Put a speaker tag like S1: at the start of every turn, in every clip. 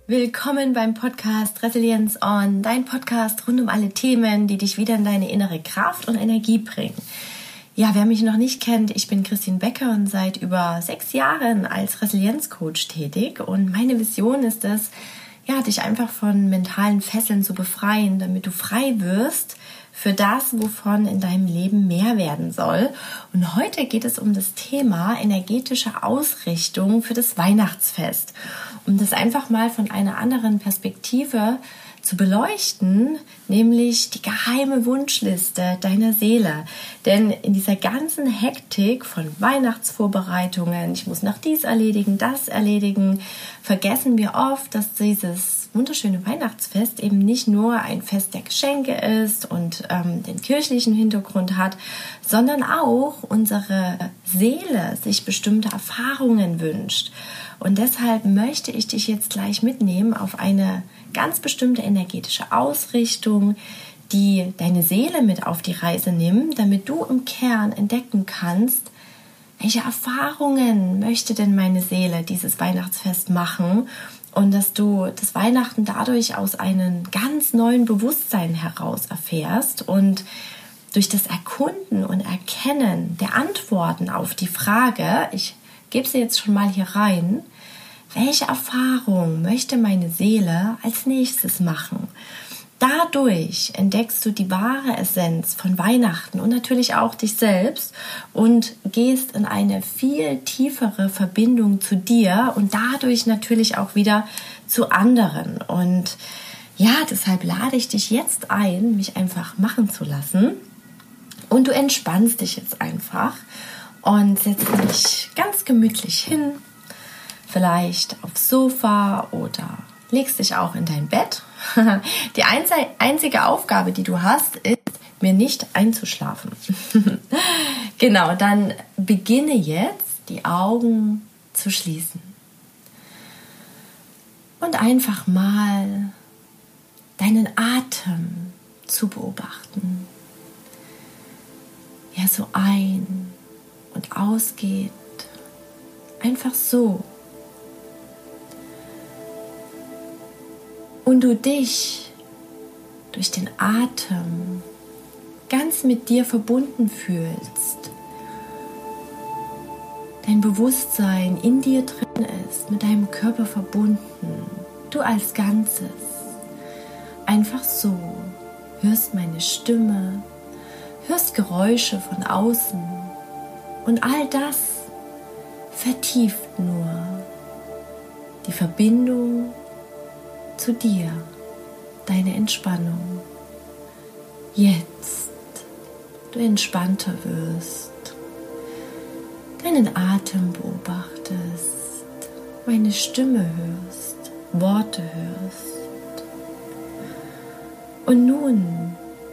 S1: Willkommen beim Podcast Resilience On, dein Podcast rund um alle Themen, die dich wieder in deine innere Kraft und Energie bringen. Ja, wer mich noch nicht kennt, ich bin Christine Becker und seit über 6 Jahren als Resilienzcoach tätig und meine Vision ist es, dich einfach von mentalen Fesseln zu befreien, damit du frei wirst für das, wovon in deinem Leben mehr werden soll. Und heute geht es um das Thema energetische Ausrichtung für das Weihnachtsfest. Um das einfach mal von einer anderen Perspektive zu beleuchten, nämlich die geheime Wunschliste deiner Seele. Denn in dieser ganzen Hektik von Weihnachtsvorbereitungen, ich muss noch dies erledigen, das erledigen, vergessen wir oft, dass dieses wunderschöne Weihnachtsfest eben nicht nur ein Fest der Geschenke ist und den kirchlichen Hintergrund hat, sondern auch unsere Seele sich bestimmte Erfahrungen wünscht. Und deshalb möchte ich dich jetzt gleich mitnehmen auf eine ganz bestimmte energetische Ausrichtung, die deine Seele mit auf die Reise nimmt, damit du im Kern entdecken kannst, welche Erfahrungen möchte denn meine Seele dieses Weihnachtsfest machen und dass du das Weihnachten dadurch aus einem ganz neuen Bewusstsein heraus erfährst und durch das Erkunden und Erkennen der Antworten auf die Frage, ich gebe sie jetzt schon mal hier rein, welche Erfahrung möchte meine Seele als nächstes machen? Dadurch entdeckst du die wahre Essenz von Weihnachten und natürlich auch dich selbst und gehst in eine viel tiefere Verbindung zu dir und dadurch natürlich auch wieder zu anderen. Und ja, deshalb lade ich dich jetzt ein, mich einfach machen zu lassen. Und du entspannst dich jetzt einfach und setzt dich ganz gemütlich hin, vielleicht aufs Sofa oder legst dich auch in dein Bett. Die einzige Aufgabe, die du hast, ist, mir nicht einzuschlafen. Genau, dann beginne jetzt, die Augen zu schließen. Und einfach mal deinen Atem zu beobachten. Wie er so ein- und ausgeht. Einfach so. Und du dich durch den Atem ganz mit dir verbunden fühlst. Dein Bewusstsein in dir drin ist, mit deinem Körper verbunden. Du als Ganzes. Einfach so. Hörst meine Stimme, hörst Geräusche von außen. Und all das vertieft nur die Verbindung zu dir, deine Entspannung. Jetzt du entspannter wirst, deinen Atem beobachtest, meine Stimme hörst, Worte hörst und nun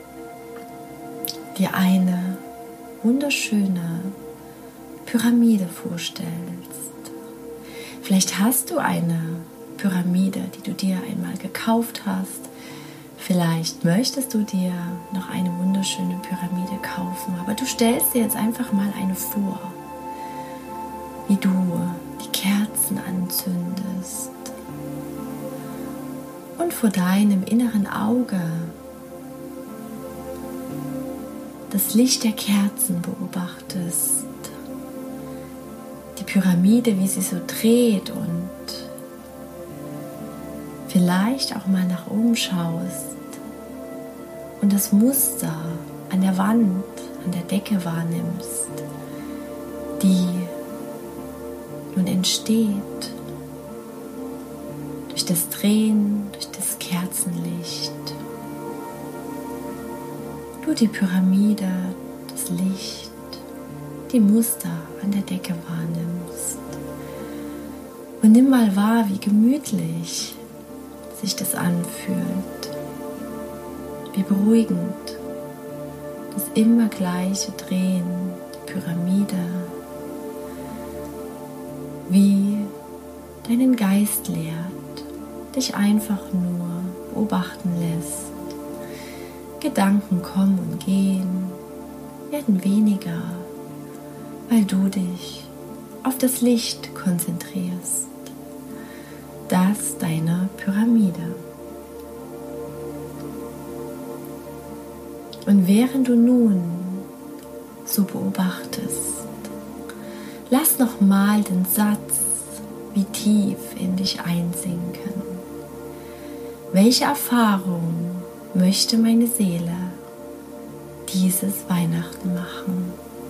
S1: dir eine wunderschöne Pyramide vorstellst. Vielleicht hast du eine Pyramide, die du dir einmal gekauft hast. Vielleicht möchtest du dir noch eine wunderschöne Pyramide kaufen, aber du stellst dir jetzt einfach mal eine vor, wie du die Kerzen anzündest und vor deinem inneren Auge das Licht der Kerzen beobachtest, die Pyramide, wie sie so dreht und vielleicht auch mal nach oben schaust und das Muster an der Wand, an der Decke wahrnimmst, die nun entsteht durch das Drehen, durch das Kerzenlicht. Du die Pyramide, das Licht, die Muster an der Decke wahrnimmst. Und nimm mal wahr, wie gemütlich sich das anfühlt, wie beruhigend, das immer gleiche Drehen, die Pyramide, wie deinen Geist lehrt, dich einfach nur beobachten lässt. Gedanken kommen und gehen, werden weniger, weil du dich auf das Licht konzentrierst. das deine Pyramide. Und während du nun so beobachtest, lass nochmal den Satz wie tief in dich einsinken. Welche Erfahrung möchte meine Seele dieses Weihnachten machen?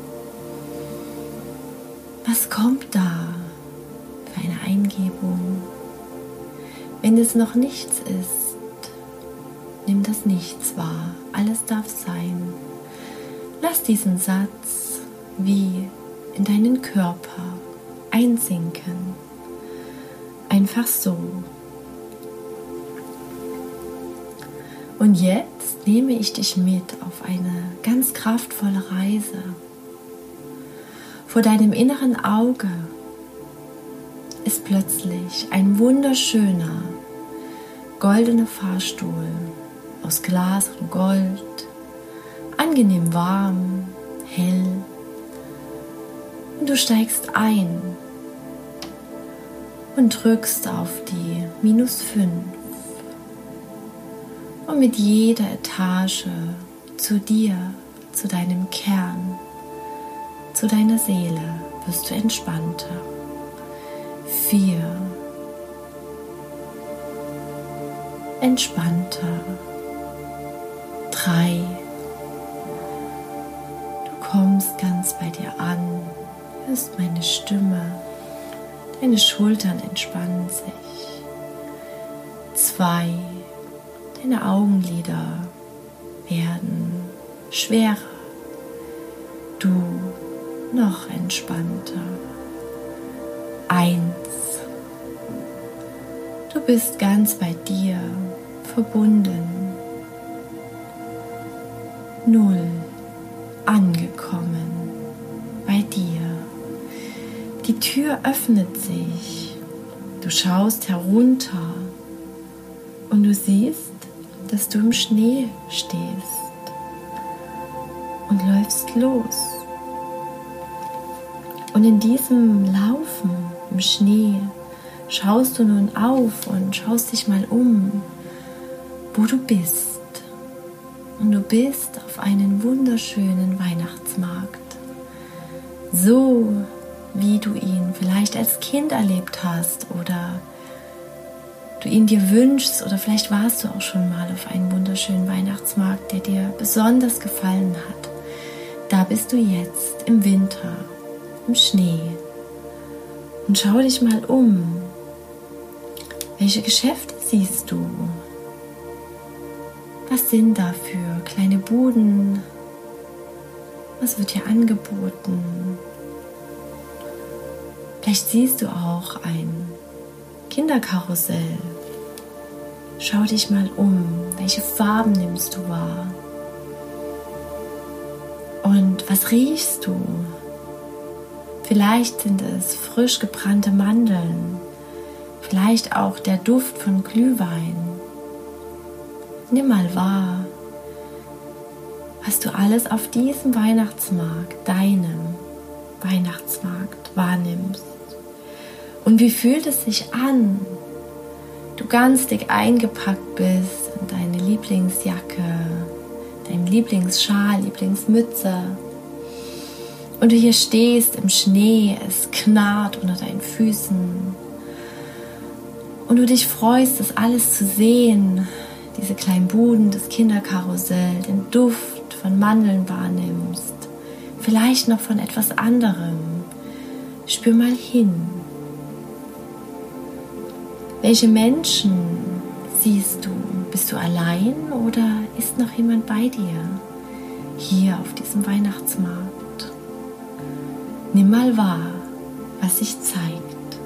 S1: Was kommt da für eine Eingebung? Wenn es noch nichts ist, nimm das Nichts wahr. Alles darf sein. Lass diesen Satz wie in deinen Körper einsinken. Einfach so. Und jetzt nehme ich dich mit auf eine ganz kraftvolle Reise. Vor deinem inneren Auge ist plötzlich ein wunderschöner, goldener Fahrstuhl aus Glas und Gold, angenehm warm, hell. Und du steigst ein und drückst auf die -5. Und mit jeder Etage zu dir, zu deinem Kern, zu deiner Seele wirst du entspannter. 4. Entspannter. 3. Du kommst ganz bei dir an, hörst meine Stimme, deine Schultern entspannen sich. 2. Deine Augenlider werden schwerer, du noch entspannter. 1. Du bist ganz bei dir verbunden. 0. Angekommen bei dir. Die Tür öffnet sich. Du schaust herunter und du siehst, dass du im Schnee stehst und läufst los. Und in diesem Laufen im Schnee schaust du nun auf und schaust dich mal um, wo du bist. Und du bist auf einen wunderschönen Weihnachtsmarkt. So wie du ihn vielleicht als Kind erlebt hast oder du ihn dir wünschst, oder vielleicht warst du auch schon mal auf einem wunderschönen Weihnachtsmarkt, der dir besonders gefallen hat. Da bist du jetzt im Winter, im Schnee. Und schau dich mal um. Welche Geschäfte siehst du? Was sind da für kleine Buden? Was wird hier angeboten? Vielleicht siehst du auch ein Kinderkarussell. Schau dich mal um. Welche Farben nimmst du wahr? Und was riechst du? Vielleicht sind es frisch gebrannte Mandeln. Vielleicht auch der Duft von Glühwein. Nimm mal wahr, was du alles auf diesem Weihnachtsmarkt, deinem Weihnachtsmarkt, wahrnimmst. Und wie fühlt es sich an? Du ganz dick eingepackt bist in deine Lieblingsjacke, dein Lieblingsschal, Lieblingsmütze. Und du hier stehst im Schnee, es knarrt unter deinen Füßen. Und du dich freust, das alles zu sehen, diese kleinen Buden, das Kinderkarussell, den Duft von Mandeln wahrnimmst, vielleicht noch von etwas anderem. Spür mal hin. Welche Menschen siehst du? Bist du allein oder ist noch jemand bei dir hier auf diesem Weihnachtsmarkt? Nimm mal wahr, was sich zeigt.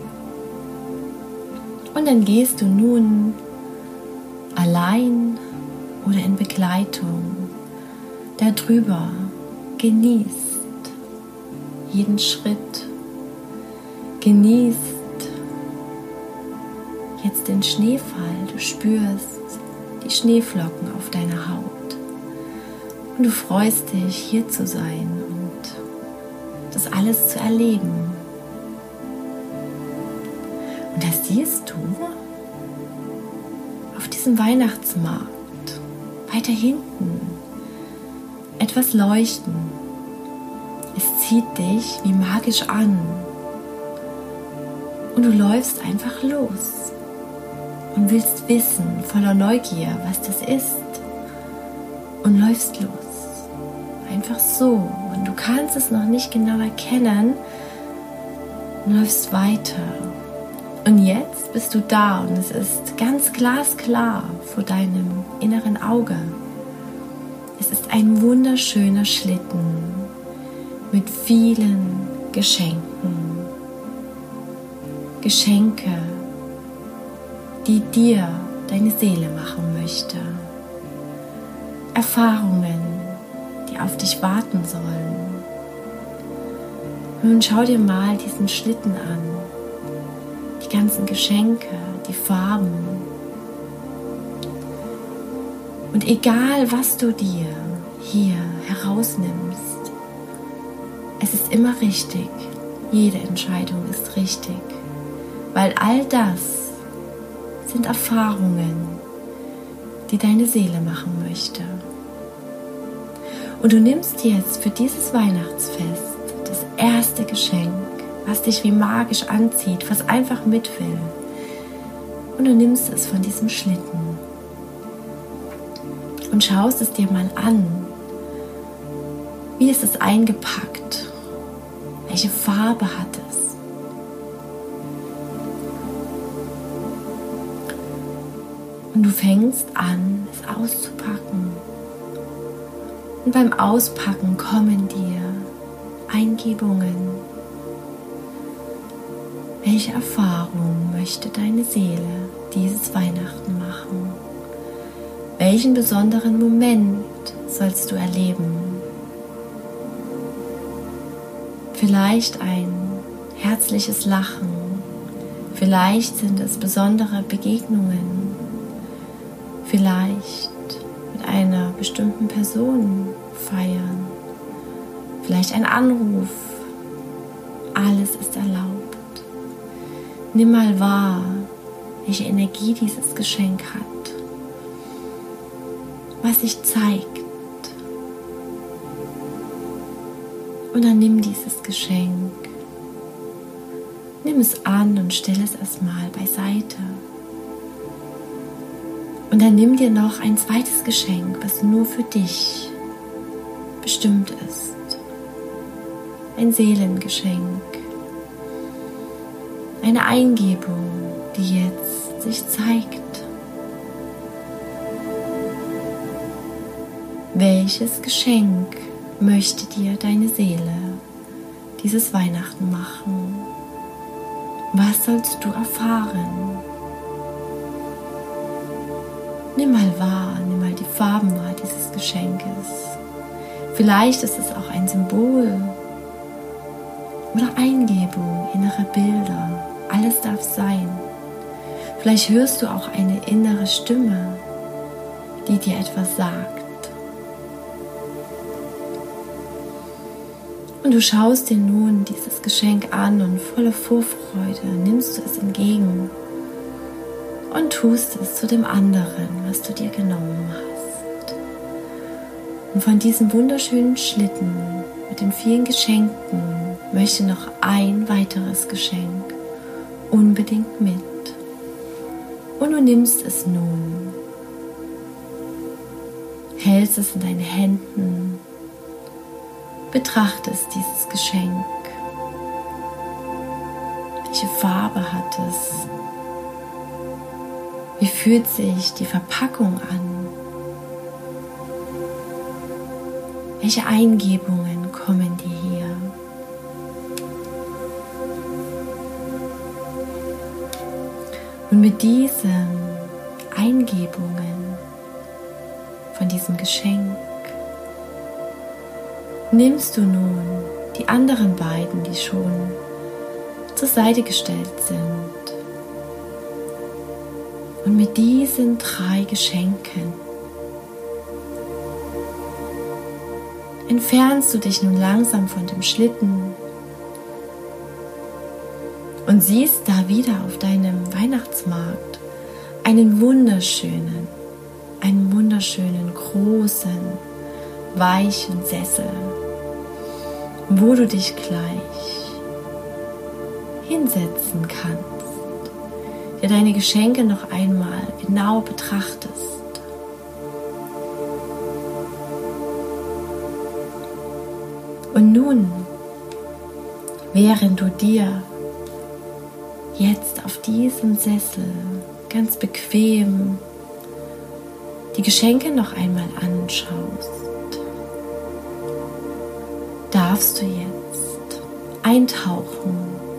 S1: Und dann gehst du nun allein oder in Begleitung darüber. Genießt jeden Schritt. Genießt jetzt den Schneefall. Du spürst die Schneeflocken auf deiner Haut. Und du freust dich, hier zu sein und das alles zu erleben. Und da siehst du diesem Weihnachtsmarkt weiter hinten etwas leuchten. Es zieht dich wie magisch an und du läufst einfach los und willst wissen, voller Neugier, was das ist, und läufst los. Einfach so, und du kannst es noch nicht genau erkennen und läufst weiter. Und jetzt bist du da und es ist ganz glasklar vor deinem inneren Auge. Es ist ein wunderschöner Schlitten mit vielen Geschenken. Geschenke, die dir deine Seele machen möchte. Erfahrungen, die auf dich warten sollen. Nun schau dir mal diesen Schlitten an. Die ganzen Geschenke, die Farben. Und egal, was du dir hier herausnimmst, es ist immer richtig. Jede Entscheidung ist richtig. Weil all das sind Erfahrungen, die deine Seele machen möchte. Und du nimmst jetzt für dieses Weihnachtsfest das erste Geschenk, was dich wie magisch anzieht, was einfach mit will. Und du nimmst es von diesem Schlitten und schaust es dir mal an. Wie ist es eingepackt? Welche Farbe hat es? Und du fängst an, es auszupacken. Und beim Auspacken kommen dir Eingebungen. Welche Erfahrung möchte deine Seele dieses Weihnachten machen? Welchen besonderen Moment sollst du erleben? Vielleicht ein herzliches Lachen, vielleicht sind es besondere Begegnungen, vielleicht mit einer bestimmten Person feiern, vielleicht ein Anruf. Alles ist erlaubt. Nimm mal wahr, welche Energie dieses Geschenk hat, was sich zeigt. Und dann nimm dieses Geschenk, nimm es an und stell es erstmal beiseite. Und dann nimm dir noch ein zweites Geschenk, was nur für dich bestimmt ist. Ein Seelengeschenk. Eine Eingebung, die jetzt sich zeigt. Welches Geschenk möchte dir deine Seele dieses Weihnachten machen? Was sollst du erfahren? Nimm mal wahr, nimm mal die Farben wahr dieses Geschenkes. Vielleicht ist es auch ein Symbol oder Eingebung, innere Bilder. Alles darf sein. Vielleicht hörst du auch eine innere Stimme, die dir etwas sagt. Und du schaust dir nun dieses Geschenk an und voller Vorfreude nimmst du es entgegen und tust es zu dem anderen, was du dir genommen hast. Und von diesem wunderschönen Schlitten mit den vielen Geschenken möchte noch ein weiteres Geschenk unbedingt mit. Und du nimmst es nun, hältst es in deinen Händen, betrachtest dieses Geschenk. Welche Farbe hat es? Wie fühlt sich die Verpackung an? Welche Eingebungen kommen dir hier? Und mit diesen Eingebungen von diesem Geschenk nimmst du nun die anderen beiden, die schon zur Seite gestellt sind. Und mit diesen 3 Geschenken entfernst du dich nun langsam von dem Schlitten und siehst da wieder auf deinem Weihnachtsmarkt einen wunderschönen, großen, weichen Sessel, wo du dich gleich hinsetzen kannst, dir deine Geschenke noch einmal genau betrachtest. Und nun, während du dir jetzt auf diesem Sessel ganz bequem die Geschenke noch einmal anschaust, darfst du jetzt eintauchen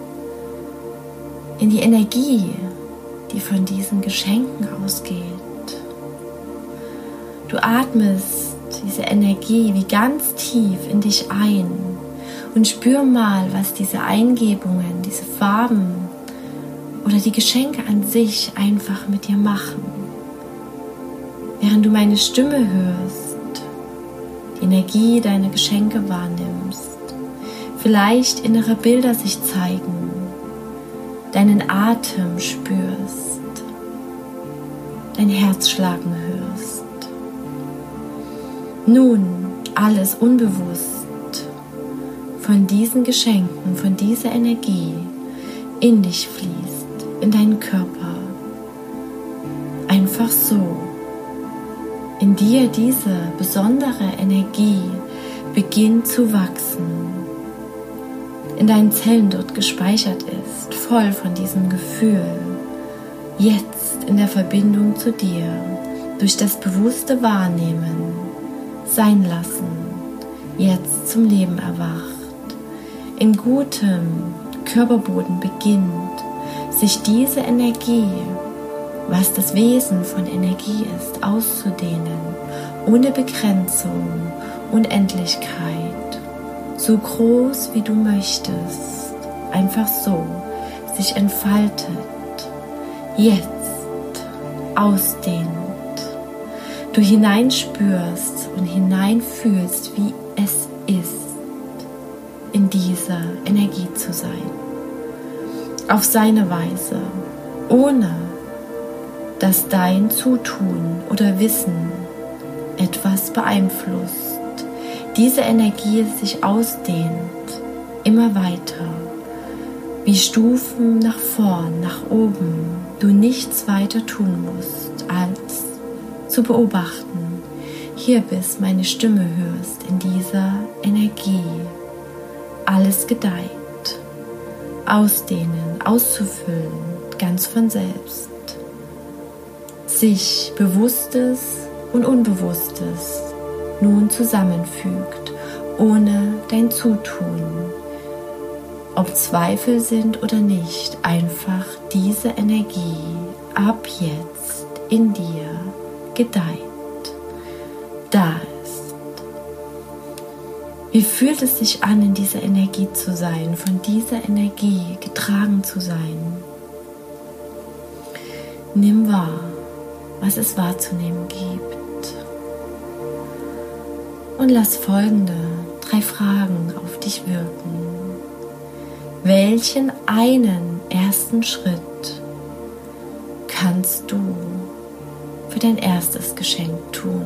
S1: in die Energie, die von diesen Geschenken ausgeht. Du atmest diese Energie wie ganz tief in dich ein und spür mal, was diese Eingebungen, diese Farben oder die Geschenke an sich einfach mit dir machen. Während du meine Stimme hörst, die Energie deiner Geschenke wahrnimmst, vielleicht innere Bilder sich zeigen, deinen Atem spürst, dein Herz schlagen hörst. Nun alles unbewusst von diesen Geschenken, von dieser Energie in dich fließt, in deinen Körper. Einfach so. In dir diese besondere Energie beginnt zu wachsen, in deinen Zellen dort gespeichert ist, voll von diesem Gefühl, jetzt in der Verbindung zu dir, durch das bewusste Wahrnehmen, sein lassen, jetzt zum Leben erwacht, in gutem Körperboden beginnt, sich diese Energie, was das Wesen von Energie ist, auszudehnen, ohne Begrenzung, Unendlichkeit, so groß wie du möchtest, einfach so, sich entfaltet, jetzt ausdehnt, du hineinspürst und hineinfühlst, wie es ist, in dieser Energie zu sein, auf seine Weise, ohne dass dein Zutun oder Wissen etwas beeinflusst. Diese Energie sich ausdehnt, immer weiter, wie Stufen nach vorn, nach oben, du nichts weiter tun musst, als zu beobachten, hier bis meine Stimme hörst, in dieser Energie, alles gedeiht, ausdehnen, auszufüllen, ganz von selbst. Sich Bewusstes und Unbewusstes nun zusammenfügt, ohne dein Zutun. Ob Zweifel sind oder nicht, einfach diese Energie ab jetzt in dir gedeiht, da ist. Wie fühlt es sich an, in dieser Energie zu sein, von dieser Energie getragen zu sein? Nimm wahr, was es wahrzunehmen gibt. Und lass folgende 3 Fragen auf dich wirken. Welchen einen ersten Schritt kannst du für dein erstes Geschenk tun?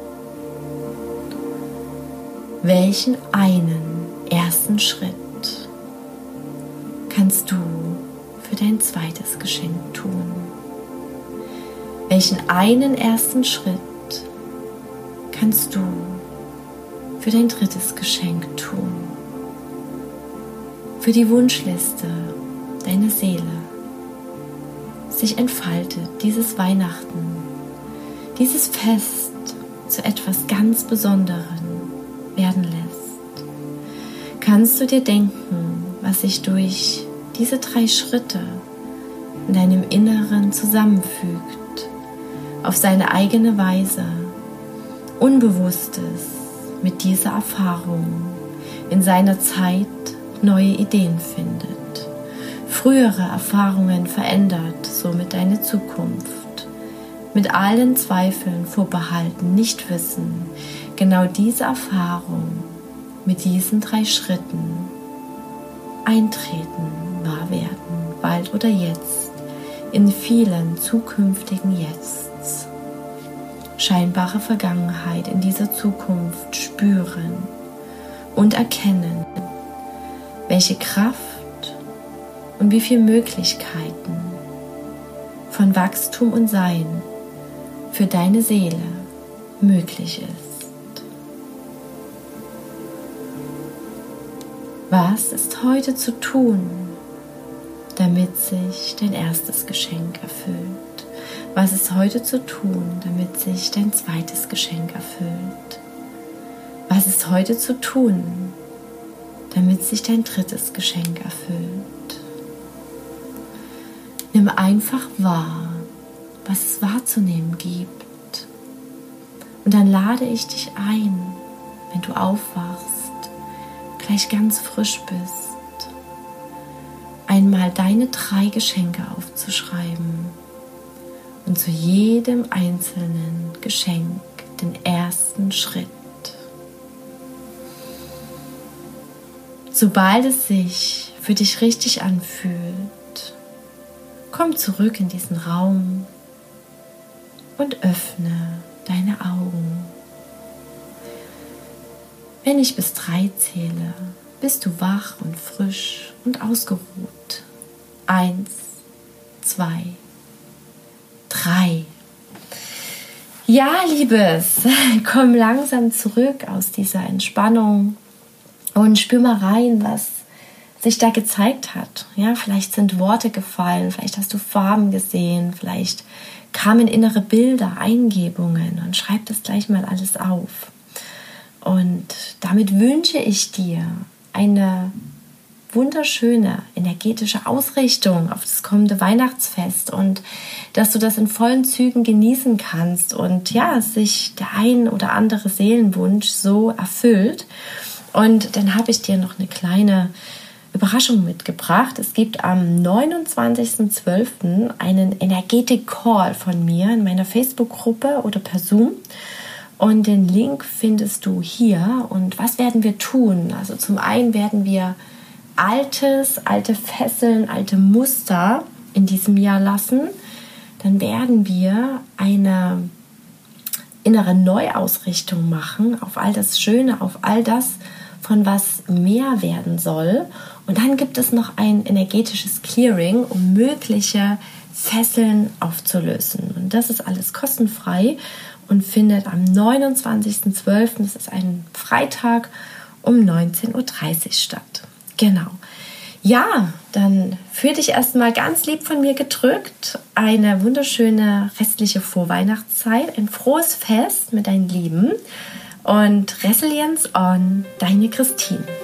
S1: Welchen einen ersten Schritt kannst du für dein zweites Geschenk tun? Welchen einen ersten Schritt kannst du für dein drittes Geschenk tun? Für die Wunschliste deiner Seele sich entfaltet, dieses Weihnachten, dieses Fest zu etwas ganz Besonderem werden lässt. Kannst du dir denken, was sich durch diese 3 Schritte in deinem Inneren zusammenfügt, auf seine eigene Weise, Unbewusstes mit dieser Erfahrung in seiner Zeit neue Ideen findet, frühere Erfahrungen verändert, somit deine Zukunft, mit allen Zweifeln, Vorbehalten, Nichtwissen, genau diese Erfahrung mit diesen 3 Schritten eintreten, wahr werden, bald oder jetzt, in vielen zukünftigen Yests. Scheinbare Vergangenheit in dieser Zukunft spüren und erkennen, welche Kraft und wie viele Möglichkeiten von Wachstum und Sein für deine Seele möglich ist. Was ist heute zu tun, damit sich dein erstes Geschenk erfüllt? Was ist heute zu tun, damit sich dein zweites Geschenk erfüllt? Was ist heute zu tun, damit sich dein drittes Geschenk erfüllt? Nimm einfach wahr, was es wahrzunehmen gibt. Und dann lade ich dich ein, wenn du aufwachst, gleich ganz frisch bist, einmal deine 3 Geschenke aufzuschreiben und zu jedem einzelnen Geschenk den ersten Schritt. Sobald es sich für dich richtig anfühlt, komm zurück in diesen Raum und öffne deine Augen. Wenn ich bis 3 zähle, bist du wach und frisch und ausgeruht. 1, 2, 3. Ja, Liebes, komm langsam zurück aus dieser Entspannung und spür mal rein, was sich da gezeigt hat. Ja, vielleicht sind Worte gefallen, vielleicht hast du Farben gesehen, vielleicht kamen innere Bilder, Eingebungen, und schreib das gleich mal alles auf. Und damit wünsche ich dir eine wunderschöne energetische Ausrichtung auf das kommende Weihnachtsfest und dass du das in vollen Zügen genießen kannst und ja, sich der ein oder andere Seelenwunsch so erfüllt. Und dann habe ich dir noch eine kleine Überraschung mitgebracht. Es gibt am 29.12. einen Energetic Call von mir in meiner Facebook-Gruppe oder per Zoom. Und den Link findest du hier. Und was werden wir tun? Also zum einen werden wir alte Fesseln, alte Muster in diesem Jahr lassen. Dann werden wir eine innere Neuausrichtung machen auf all das Schöne, auf all das, von was mehr werden soll. Und dann gibt es noch ein energetisches Clearing, um mögliche Fesseln aufzulösen. Und das ist alles kostenfrei und findet am 29.12., das ist ein Freitag, um 19.30 Uhr statt. Genau. Ja, dann fühl dich erstmal ganz lieb von mir gedrückt. Eine wunderschöne restliche Vorweihnachtszeit, ein frohes Fest mit deinen Lieben und Resilience on, deine Christine.